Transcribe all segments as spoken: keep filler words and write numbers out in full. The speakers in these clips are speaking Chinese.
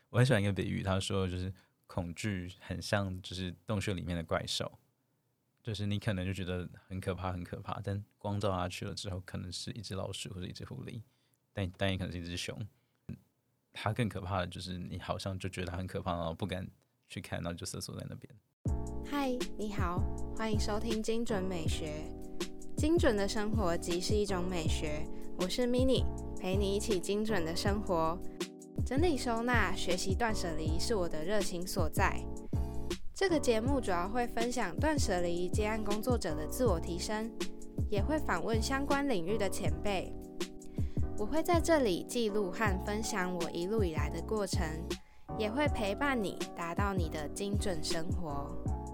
我很喜欢一个比喻，他说就是恐惧很像就是洞穴里面的怪兽，就是你可能就觉得很可怕很可怕，但光照下去了之后，可能是一只老鼠或者一只狐狸，但但也可能是一只熊。它更可怕的就是你好像就觉得它很可怕，然后不敢去看，然后就瑟缩在那边。 嗨，你好，欢迎收听精准美学。精准的生活即是一种美学，我是 Mini， 陪你一起精准的生活。整理收纳、学习断舍离是我的热情所在。这个节目主要会分享断舍离接案工作者的自我提升，也会访问相关领域的前辈。我会在这里记录和分享我一路以来的过程，也会陪伴你达到你的精准生活。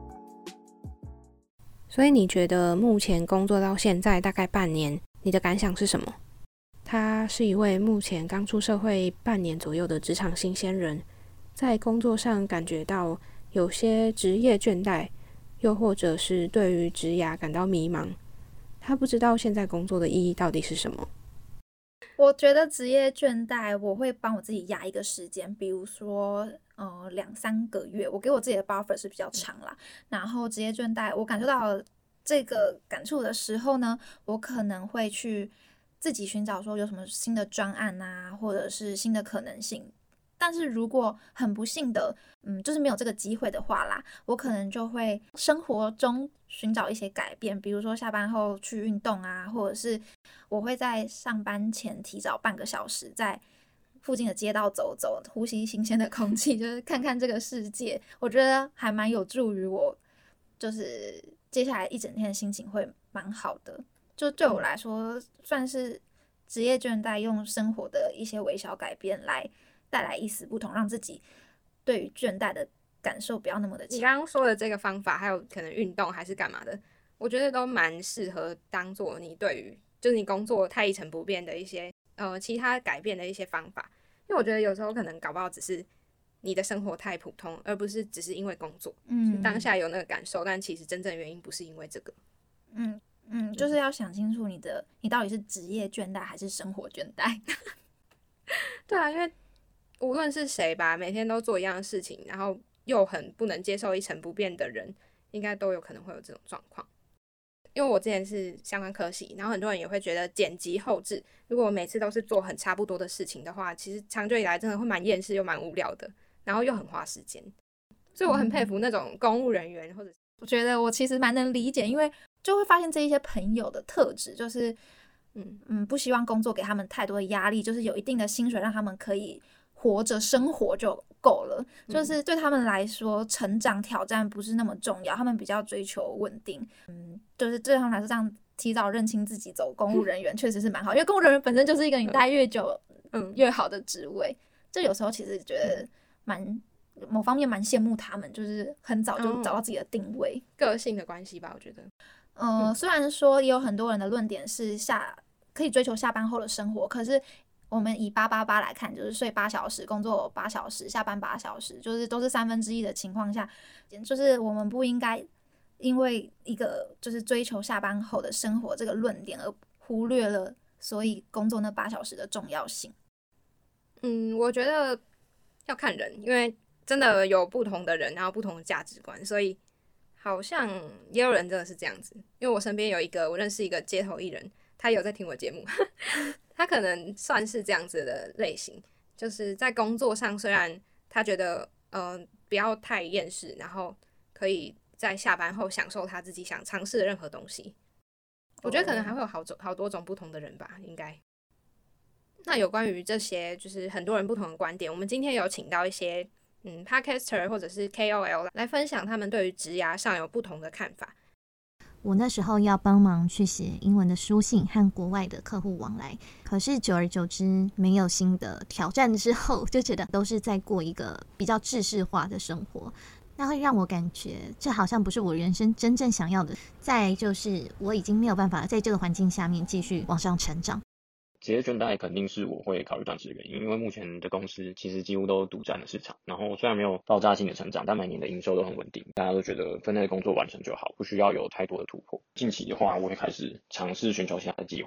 所以你觉得目前工作到现在大概半年，你的感想是什么？他是一位目前刚出社会半年左右的职场新鲜人，在工作上感觉到有些职业倦怠，又或者是对于职涯感到迷茫。他不知道现在工作的意义到底是什么。 我觉得职业倦怠，我会帮我自己压一个时间，比如说呃两三个月，我给我自己的 buffer 是比较长啦。然后职业倦怠，我感受到这个感触的时候呢，我可能会去自己寻找说有什么新的专案啊，或者是新的可能性。但是如果很不幸的，嗯，就是没有这个机会的话啦，我可能就会生活中寻找一些改变，比如说下班后去运动啊，或者是我会在上班前提早半个小时在附近的街道走走，呼吸新鲜的空气，就是看看这个世界。我觉得还蛮有助于我，就是接下来一整天的心情会蛮好的。就对我来说，算是职业倦怠，用生活的一些微小改变来带来一丝不同，让自己对于倦怠的感受不要那么的强。 你刚刚说的这个方法，还有可能运动还是干嘛的，我觉得都蛮适合当做你对于就是你工作太一成不变的一些呃其他改变的一些方法。因为我觉得有时候可能搞不好只是你的生活太普通，而不是只是因为工作，嗯，当下有那个感受，但其实真正原因不是因为这个。 嗯嗯，就是要想清楚你的你到底是职业倦怠还是生活倦怠。 对啊，因为无论是谁吧，每天都做一样的事情，然后又很不能接受一成不变的人，应该都有可能会有这种状况。因为我之前是相关科系，然后很多人也会觉得剪辑后制，如果每次都是做很差不多的事情的话，其实长久以来真的会蛮厌世又蛮无聊的，然后又很花时间。所以我很佩服那种公务人员，或者我觉得我其实蛮能理解，因为就会发现这一些朋友的特质，就是嗯嗯，不希望工作给他们太多的压力，就是有一定的薪水让他们可以活着生活就够了。就是对他们来说，成长挑战不是那么重要，他们比较追求稳定。嗯，就是对他们来说，这样提早认清自己走公务人员确实是蛮好，因为公务人员本身就是一个你待越久嗯越好的职位。就有时候其实觉得蛮某方面蛮羡慕他们，就是很早就找到自己的定位。 个性的关系吧，我觉得。 呃，虽然说也有很多人的论点是下可以追求下班后的生活，可是我们以八八八来看，就是睡八小时，工作八小时，下班八小时，就是都是三分之一的情况下，就是我们不应该因为一个就是追求下班后的生活这个论点而忽略了所以工作那八小时的重要性。 嗯，我觉得要看人，因为真的有不同的人，然后不同的价值观，所以好像也有人真的是这样子。因为我身边有一个我认识一个街头艺人，他有在听我节目他可能算是这样子的类型，就是在工作上虽然他觉得呃不要太厌世，然后可以在下班后享受他自己想尝试的任何东西。我觉得可能还会有好种好多种不同的人吧，应该。那有关于这些就是很多人不同的观点，我们今天有请到一些嗯 podcaster 或者是 K O L 来分享他们对于职涯上有不同的看法。 我那时候要帮忙去写英文的书信和国外的客户往来，可是久而久之没有新的挑战之后，就觉得都是在过一个比较制式化的生活，那会让我感觉这好像不是我人生真正想要的。再就是我已经没有办法在这个环境下面继续往上成长。 职业倦怠肯定是我会考虑转职的原因，因为目前的公司其实几乎都独占了市场，然后虽然没有爆炸性的成长，但每年的营收都很稳定，大家都觉得分内的工作完成就好，不需要有太多的突破。近期的话，我会开始尝试寻求其他的机会，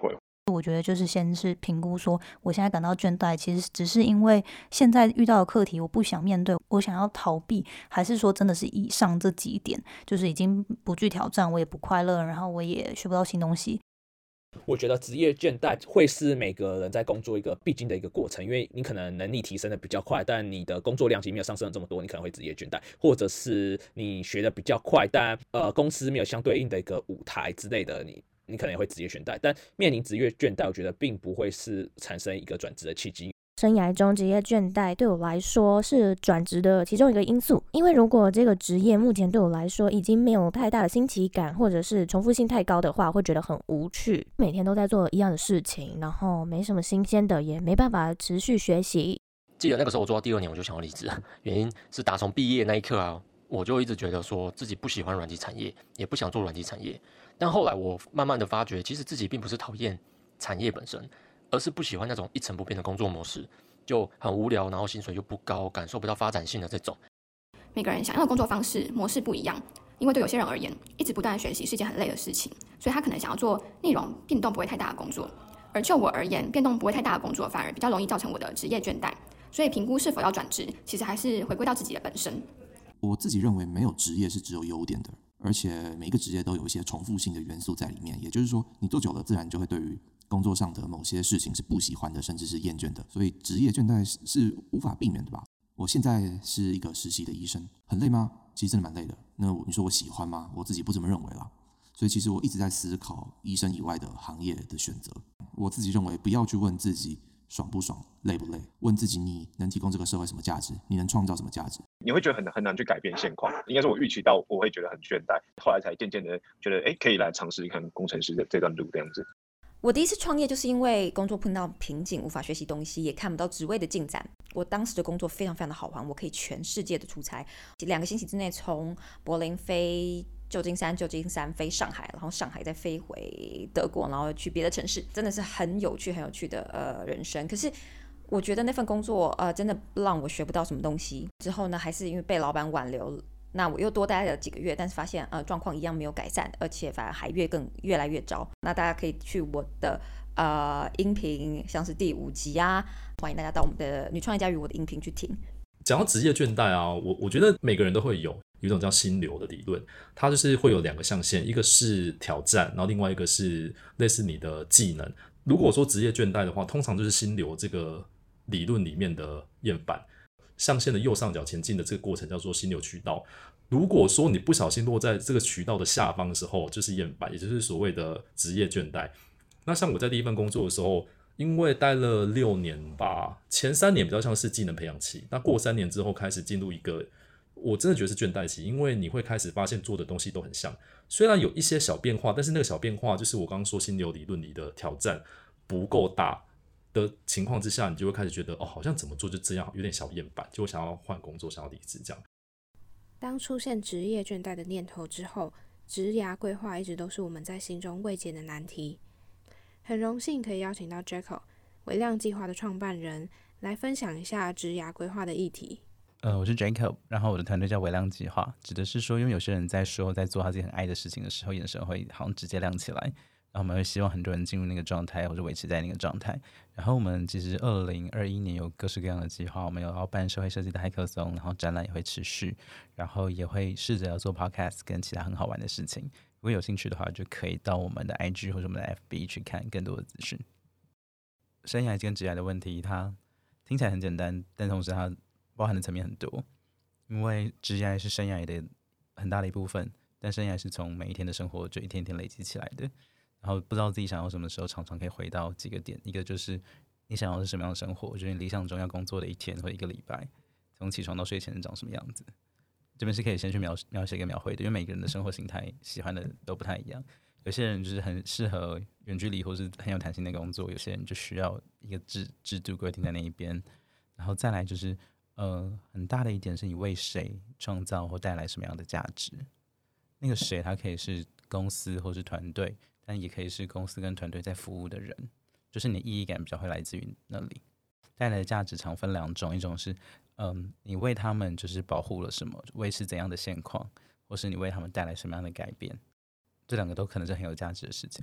我觉得就是先是评估说我现在感到倦怠其实只是因为现在遇到的课题我不想面对，我想要逃避，还是说真的是以上这几点就是已经不具挑战，我也不快乐，然后我也学不到新东西。 我觉得职业倦怠会是每个人在工作一个必经的一个过程，因为你可能能力提升的比较快，但你的工作量级没有上升的这么多，你可能会职业倦怠，或者是你学的比较快，但呃公司没有相对应的一个舞台之类的，你你可能也会职业倦怠。但面临职业倦怠，我觉得并不会是产生一个转职的契机。 生涯中职业倦怠对我来说是转职的其中一个因素，因为如果这个职业目前对我来说已经没有太大的新奇感，或者是重复性太高的话，会觉得很无趣，每天都在做一样的事情，然后没什么新鲜的，也没办法持续学习。 记得那个时候我做到第二年我就想要离职，原因是打从毕业那一刻啊，我就一直觉得说自己不喜欢软体产业，也不想做软体产业。但后来我慢慢的发觉，其实自己并不是讨厌产业本身，而是不喜欢那种一成不变的工作模式，就很无聊，然后薪水又不高，感受不到发展性的这种。 每个人想要的工作方式模式不一样，因为对有些人而言，一直不断的学习是一件很累的事情，所以他可能想要做内容变动不会太大的工作。而就我而言，变动不会太大的工作反而比较容易造成我的职业倦怠，所以评估是否要转职，其实还是回归到自己的本身。 我自己认为没有职业是只有优点的，而且每一个职业都有一些重复性的元素在里面，也就是说你做久了自然就会对于工作上的某些事情是不喜欢的，甚至是厌倦的，所以职业倦怠是无法避免的吧。我现在是一个实习的医生，很累吗？其实真的蛮累的。那你说我喜欢吗？我自己不这么认为啦。所以其实我一直在思考医生以外的行业的选择。我自己认为不要去问自己爽不爽，累不累，问自己你能提供这个社会什么价值，你能创造什么价值。 你会觉得很很难去改变现况，应该说我预期到我会觉得很倦怠，后来才渐渐的觉得哎，可以来尝试看工程师的这段路这样子。 我第一次创业就是因为工作碰到瓶颈，无法学习东西，也看不到职位的进展。我当时的工作非常非常的好玩，我可以全世界的出差，两个星期之内从柏林飞旧金山，旧金山飞上海，然后上海再飞回德国，然后去别的城市，真的是很有趣很有趣的呃人生。可是我觉得那份工作呃真的让我学不到什么东西。之后呢，还是因为被老板挽留，那我又多待了几个月，但是发现呃状况一样没有改善，而且反而还越更越来越糟。那大家可以去我的呃音频，像是第五集啊，欢迎大家到我们的女创业家与我的音频去听。 讲到职业倦怠啊，我我觉得每个人都会有有一种叫心流的理论，它就是会有两个象限，一个是挑战，然后另外一个是类似你的技能。如果说职业倦怠的话，通常就是心流这个理论里面的厌烦。象限的右上角前进的这个过程叫做心流渠道。如果说你不小心落在这个渠道的下方的时候，就是厌烦，也就是所谓的职业倦怠。那像我在第一份工作的时候，因为待了六年吧，前三年比较像是技能培养期，那过三年之后开始进入一个我真的觉得是倦怠期，因为你会开始发现做的东西都很像，虽然有一些小变化，但是那个小变化就是我刚刚说心流理论里的挑战不够大的情况之下，你就会开始觉得哦，好像怎么做就这样，有点小厌烦，就会想要换工作，想要离职这样。 当出现职业倦怠的念头之后，职涯规划一直都是我们在心中未解的难题。很荣幸可以邀请到 Jaco 微量计划的创办人来分享一下职涯规划的议题。 呃，我是 Jacob， 然后我的团队叫微量计划，指的是说，因为有些人在说在做他自己很爱的事情的时候，眼神会好像直接亮起来，然后我们会希望很多人进入那个状态，或者维持在那个状态。然后我们其实二零二一年有各式各样的计划，我们有要办社会设计的骇客松，然后展览也会持续，然后也会试着要做 podcast 跟其他很好玩的事情。如果有兴趣的话，就可以到我们的 I G 或者我们的 F B 去看更多的资讯。生涯跟职业的问题，它听起来很简单，但同时它包含的层面很多。因为职业是生涯的很大的一部分，但生涯是从每一天的生活就一天一天累积起来的。然后不知道自己想要什么时候，常常可以回到几个点，一个就是你想要的是什么样的生活，就是你理想中要工作的一天或一个礼拜，从起床到睡前长什么样子。这边是可以先去 描, 描写跟描绘的，因为每个人的生活形态喜欢的都不太一样。有些人就是很适合远距离或是很有弹性的工作，有些人就需要一个 制, 制度规定在那一边。然后再来就是呃，很大的一点是你为谁创造或带来什么样的价值。那个谁他可以是公司或是团队，但也可以是公司跟团队在服务的人，就是你的意义感比较会来自于那里。带来的价值常分两种，一种是嗯，你为他们就是保护了什么，维持怎样的现况，或是你为他们带来什么样的改变，这两个都可能是很有价值的事情。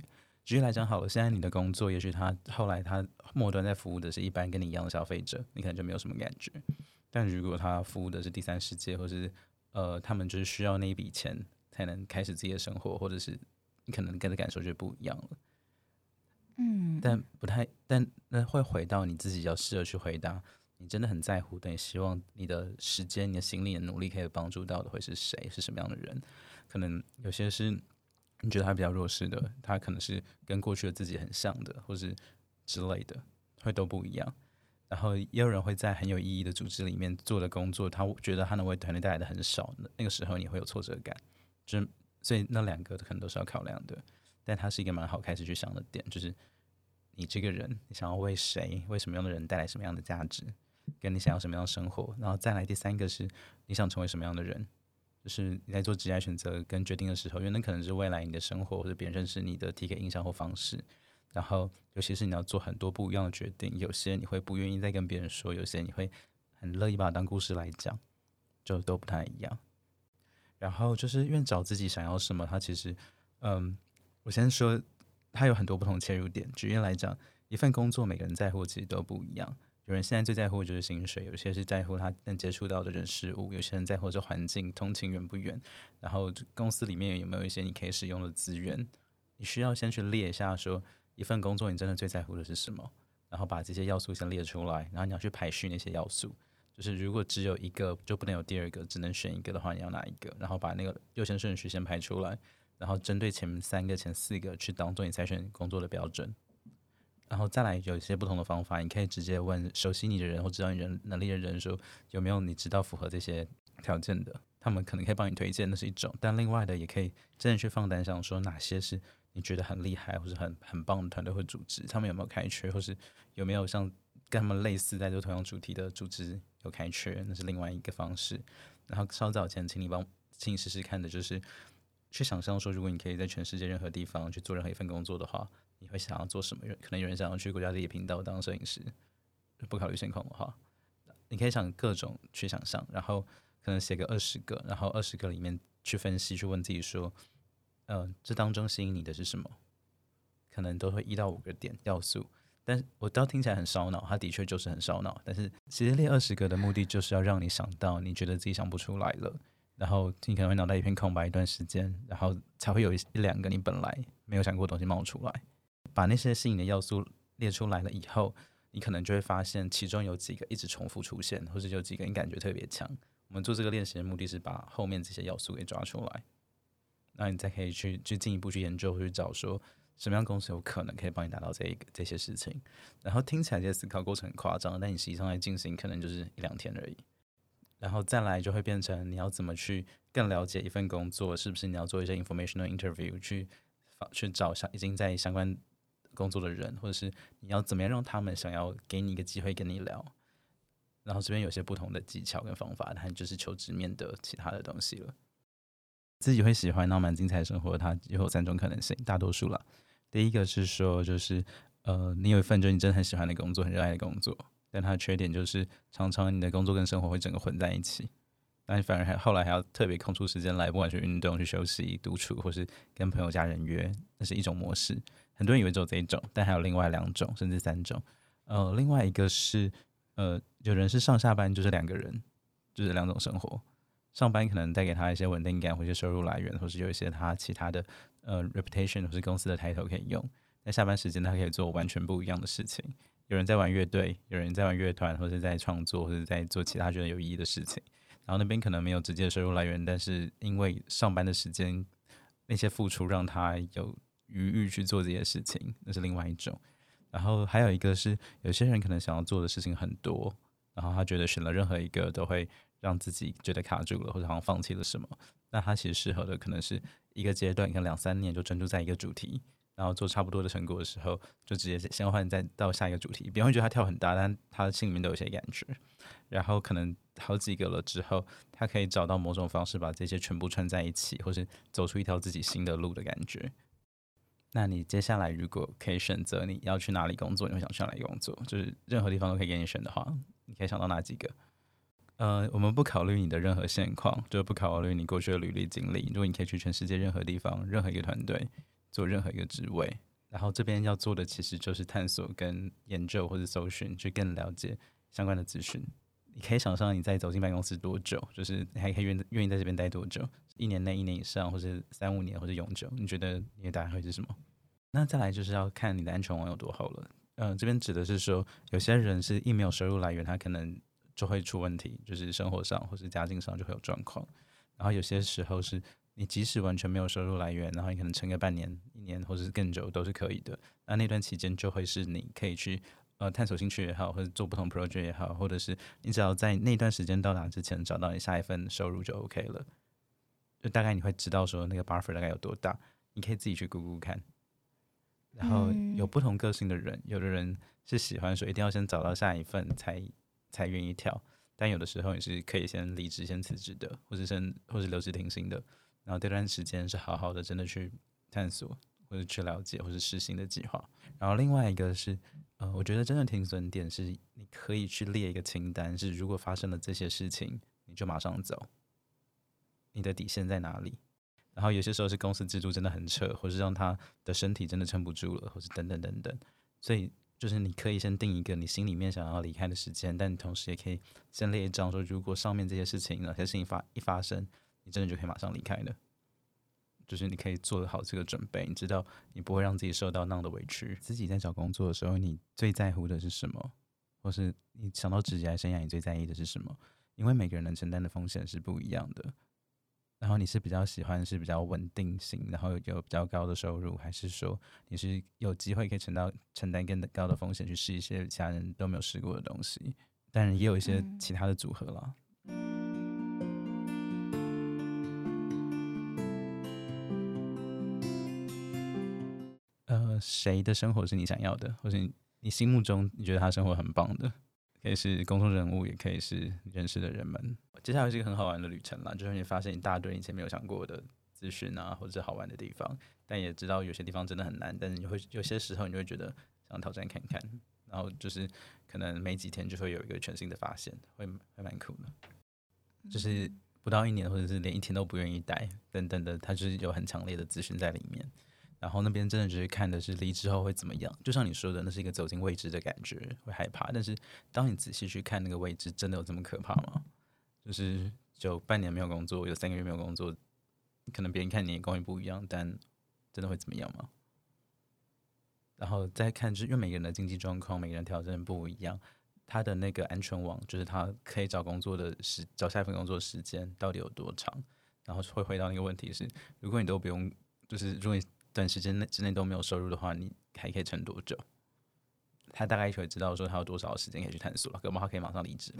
举例来讲好了，现在你的工作，也许他后来他末端在服务的是一般跟你一样的消费者，你可能就没有什么感觉。但如果他服务的是第三世界，或是呃他们就是需要那一笔钱才能开始自己的生活，或者是你可能跟的感受就不一样了。 嗯， 但不太，但那会回到你自己要试着去回答，你真的很在乎的，你希望你的时间、你的心力、你的努力可以帮助到的会是谁，是什么样的人？可能有些是你觉得他比较弱势的，他可能是跟过去的自己很像的，或是之类的，会都不一样。然后也有人会在很有意义的组织里面做的工作，他觉得他能为团队带来的很少，那个时候你会有挫折感。就所以那两个可能都是要考量的，但它是一个蛮好开始去想的点，就是你这个人，你想要为谁、为什么样的人带来什么样的价值，跟你想要什么样的生活。然后再来第三个是你想成为什么样的人。就是你在做职业选择跟决定的时候，因为那可能是未来你的生活或者别人认识你的第一个印象或方式。然后尤其是你要做很多不一样的决定，有些你会不愿意再跟别人说，有些你会很乐意把它当故事来讲，就都不太一样。然后就是因为找自己想要什么，它其实嗯，我先说它有很多不同切入点。举例来讲，一份工作每个人在乎其实都不一样。有人现在最在乎的就是薪水，有些是在乎他能接触到的人事物，有些人在乎是环境、通勤远不远，然后公司里面有没有一些你可以使用的资源。你需要先去列一下说一份工作你真的最在乎的是什么，然后把这些要素先列出来，然后你要去排序那些要素。就是如果只有一个就不能有第二个，只能选一个的话，你要哪一个？然后把那个优先顺序先排出来，然后针对前三个、前四个去当做你筛选工作的标准。然后再来有一些不同的方法，你可以直接问熟悉你的人或知道你人能力的人说有没有你知道符合这些条件的，他们可能可以帮你推荐，那是一种。但另外的也可以真的去放胆想说哪些是你觉得很厉害或是很很棒的团队或组织，他们有没有开缺，或是有没有像跟他们类似在做同样主题的组织有开缺，那是另外一个方式。然后稍早前请你帮请你试试看的就是去想象说，如果你可以在全世界任何地方去做任何一份工作的话，你会想要做什么？可能有人想要去国家地理频道当摄影师，不考虑现况的话，你可以想各种去想象，然后可能写个二十个，然后二十个里面去分析，去问自己说，呃，这当中吸引你的是什么？可能都会一到五个点要素。但我倒听起来很烧脑，它的确就是很烧脑。但是其实列二十个的目的就是要让你想到你觉得自己想不出来了，然后你可能会脑袋一片空白一段时间，然后才会有一两个你本来没有想过的东西冒出来。把那些吸引的要素列出来了以后，你可能就会发现其中有几个一直重复出现，或者有几个你感觉特别强。我们做这个练习的目的是把后面这些要素给抓出来，那你再可以去去进一步去研究，去找说什么样的公司有可能可以帮你达到这一个这些事情。然后听起来这些思考过程很夸张，但你实际上在进行可能就是一两天而已。然后再来就会变成你要怎么去更了解一份工作，是不是你要做一些 informational interview 去去找已经在相关工作的人，或者是你要怎么样让他们想要给你一个机会跟你聊。然后这边有些不同的技巧跟方法，它就是求职面的其他的东西了。自己会喜欢到蛮精彩的生活，它有三种可能性，大多数啦。第一个是说，就是呃，你有一份就你真的很喜欢的工作，很热爱的工作，但它的缺点就是常常你的工作跟生活会整个混在一起，那你反而还后来还要特别空出时间来，不管去运动、去休息、独处，或是跟朋友家人约，那是一种模式。很多人以为只有这一种，但还有另外两种甚至三种。呃，另外一个是呃，有人是上下班就是两个人，就是两种生活。上班可能带给他一些稳定感或者收入来源，或是有一些他其他的呃 reputation 或是公司的抬头可以用。在下班时间他可以做完全不一样的事情。有人在玩乐队，有人在玩乐团，或者在创作，或者在做其他觉得有意义的事情。然后那边可能没有直接的收入来源，但是因为上班的时间那些付出让他有余裕去做这些事情，那是另外一种。然后还有一个是有些人可能想要做的事情很多，然后他觉得选了任何一个都会让自己觉得卡住了，或者好像放弃了什么。那他其实适合的可能是一个阶段，可能两三年就专注在一个主题，然后做差不多的成果的时候，就直接先换再到下一个主题。别人会觉得他跳很大，但他心里面都有些感觉。然后可能好几个了之后，他可以找到某种方式把这些全部串在一起，或是走出一条自己新的路的感觉。那你接下来如果可以选择你要去哪里工作，你会想去哪里工作？就是任何地方都可以给你选的话，你可以想到哪几个？呃，我们不考虑你的任何现况，就不考虑你过去的履历经历。如果你可以去全世界任何地方、任何一个团队做任何一个职位， 然后这边要做的其实就是探索跟研究或者搜寻，去更了解相关的资讯。你可以想象你在走进办公室多久，就是你还可以愿愿意在这边待多久，一年内、一年以上，或是三五年，或是永久，你觉得你的答案会是什么？那再来就是要看你的安全网有多厚了。嗯、呃，这边指的是说，有些人是一没有收入来源，他可能就会出问题，就是生活上或是家境上就会有状况。然后有些时候是你即使完全没有收入来源，然后你可能撑个半年、一年或者是更久都是可以的。那那段期间就会是你可以去呃探索兴趣也好，或者做不同 project 也好，或者是你只要在那段时间到达之前找到你下一份收入就 OK 了。就大概你会知道说那个 buffer 大概有多大，你可以自己去估估看。然后有不同个性的人，有的人是喜欢说一定要先找到下一份才才愿意跳。但有的时候你是可以先离职、先辞职的，或者先或者留职停薪的，然后这段时间是好好的真的去探索，或者去了解，或者实行的计划。然后另外一个是，呃，我觉得真的停损点是你可以去列一个清单，是如果发生了这些事情，你就马上走。你的底线在哪里？然后有些时候是公司制度真的很扯，或是让他的身体真的撑不住了，或是等等等等，所以。就是你可以先定一个你心里面想要离开的时间，但你同时也可以先列一张说，如果上面这些事情哪些事情发一发生，你真的就可以马上离开了。就是你可以做好这个准备，你知道你不会让自己受到那样的委屈。自己在找工作的时候，你最在乎的是什么？或是你想到职业生涯，你最在意的是什么？因为每个人能承担的风险是不一样的。然后你是比较喜欢是比较稳定性，然后有比较高的收入，还是说你是有机会可以承担承担更高的风险去试一些其他人都没有试过的东西？当然也有一些其他的组合啦。呃，谁的生活是你想要的，或是 你, 你心目中你觉得他生活很棒的？可以是公众人物，也可以是认识的人们。接下来是一个很好玩的旅程啦，就是你发现一大堆以前没有想过的资讯啊，或者是好玩的地方，但也知道有些地方真的很难，但是你会有些时候你会觉得想挑战看看，然后就是可能没几天就会有一个全新的发现，会会蛮酷的。就是不到一年，或者是连一天都不愿意待等等的，它就是有很强烈的资讯在里面。然后那边真的就是看的是离职后会怎么样，就像你说的，那是一个走进未知的感觉，会害怕。但是当你仔细去看那个未知，真的有这么可怕吗？就是就半年没有工作，有三个月没有工作，可能别人看你眼光也不一样，但真的会怎么样吗？然后再看，就是因为每个人的经济状况、每个人条件不一样，他的那个安全网，就是他可以找工作的时，找下一份工作的时间到底有多长？然后会回到那个问题是，如果你都不用，就是如果你短时间内之内都没有收入的话，你还可以撑多久？他大概可以知道说他有多少时间可以去探索了，可能他可以马上离职。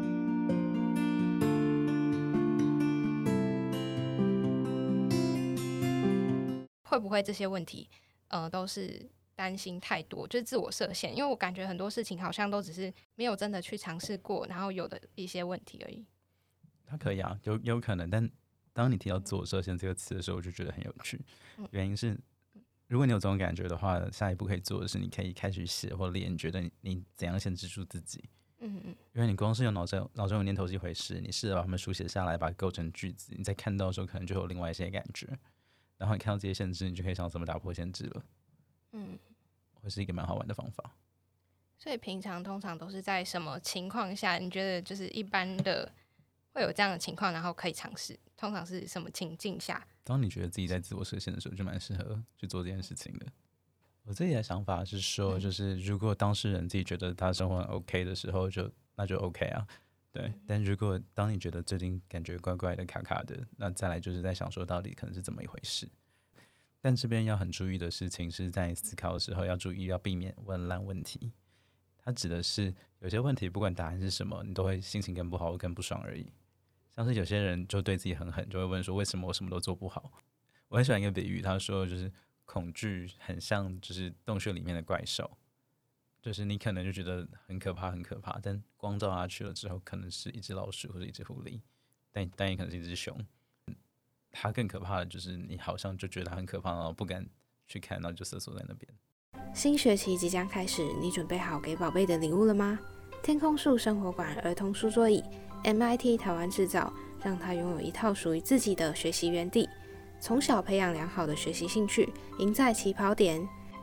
会不会这些问题，呃，都是担心太多，就是自我设限？因为我感觉很多事情好像都只是没有真的去尝试过，然后有的一些问题而已。 他可以啊，有有可能，但当你提到自我设限这个词的时候，我就觉得很有趣。原因是，如果你有这种感觉的话，下一步可以做的是，你可以开始写或练，你觉得 你, 你怎样限制住自己？ 嗯嗯。 因为你光是有脑中脑中有念头是一回事，你试着把它们书写下来，把它构成句子，你在看到的时候可能就有另外一些感觉。然后你看到这些限制，你就可以想怎么打破限制了。 嗯， 会是一个蛮好玩的方法。 所以平常通常都是在什么情况下，你觉得就是一般的会有这样的情况，然后可以尝试？通常是什么情境下？ 当你觉得自己在自我设限的时候，就蛮适合去做这件事情的。我自己的想法是说，就是如果当事人自己觉得他生活很 OK 的时候，就那就 OK 啊。对，但如果当你觉得最近感觉怪怪的、卡卡的，那再来就是在想说，到底可能是怎么一回事。但这边要很注意的事情是在思考的时候要注意，要避免问烂问题。它指的是有些问题不管答案是什么，你都会心情更不好或更不爽而已。像是有些人就对自己很狠，就会问说为什么我什么都做不好。我很喜欢一个比喻，他说就是恐惧很像就是洞穴里面的怪兽，就是你可能就觉得很可怕很可怕，但光照下去了之后可能是一只老鼠或者一只狐狸，但但也可能是一只熊。它更可怕的就是你好像就觉得它很可怕，然后不敢去看，然后就瑟缩在那边。 新学期即将开始，你准备好给宝贝的礼物了吗？天空树生活馆儿童书桌椅 M I T 台湾制造，让他拥有一套属于自己的学习园地，从小培养良好的学习兴趣，赢在起跑点。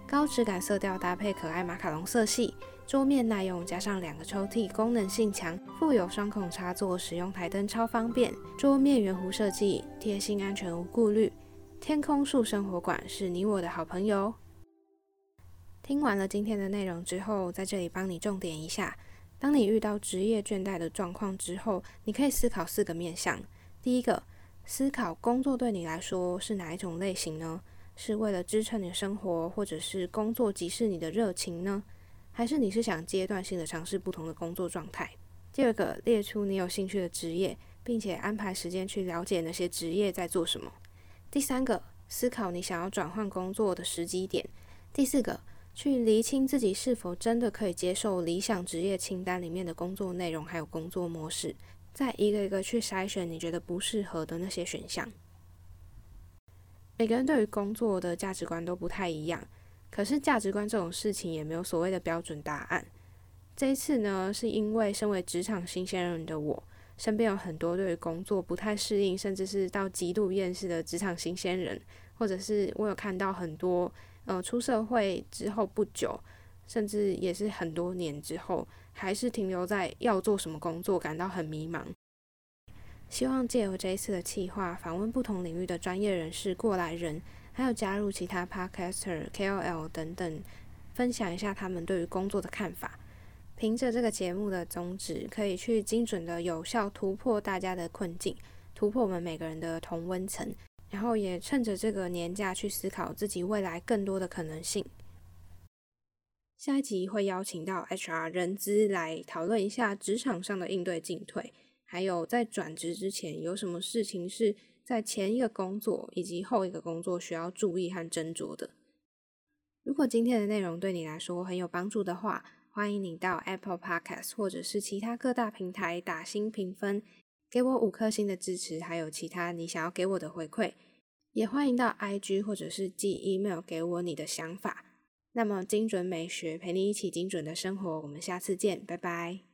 高质感色调搭配可爱马卡龙色系，桌面耐用，加上两个抽屉，功能性强，附有双孔插座，使用台灯超方便。桌面圆弧设计，贴心安全无顾虑。天空树生活馆是你我的好朋友。听完了今天的内容之后，在这里帮你重点一下。当你遇到职业倦怠的状况之后，你可以思考四个面向。第一个，思考工作对你来说是哪一种类型呢？是为了支撑你的生活，或者是工作即是你的热情呢？还是你是想阶段性的尝试不同的工作状态？第二个，列出你有兴趣的职业，并且安排时间去了解那些职业在做什么。第三个，思考你想要转换工作的时机点。第四个，去厘清自己是否真的可以接受理想职业清单里面的工作内容还有工作模式，再一个一个去筛选你觉得不适合的那些选项。每个人对于工作的价值观都不太一样，可是价值观这种事情也没有所谓的标准答案。这一次呢，是因为身为职场新鲜人的我，身边有很多对于工作不太适应，甚至是到极度厌世的职场新鲜人，或者是我有看到很多呃出社会之后不久，甚至也是很多年之后，还是停留在要做什么工作感到很迷茫。希望借由这一次的企划，访问不同领域的专业人士、过来人，还有加入其他 podcaster、K O L 等等，分享一下他们对于工作的看法。凭着这个节目的宗旨，可以去精准的有效突破大家的困境，突破我们每个人的同温层，然后也趁着这个年假去思考自己未来更多的可能性。下一集会邀请到 H R 人资来讨论一下职场上的应对进退，还有在转职之前有什么事情是在前一个工作以及后一个工作需要注意和斟酌的。如果今天的内容对你来说很有帮助的话，欢迎你到 Apple Podcast 或者是其他各大平台打星评分，给我五颗星的支持，还有其他你想要给我的回馈。也欢迎到 I G 或者是寄 email 给我你的想法。那么精准美学陪你一起精准的生活，我们下次见，拜拜。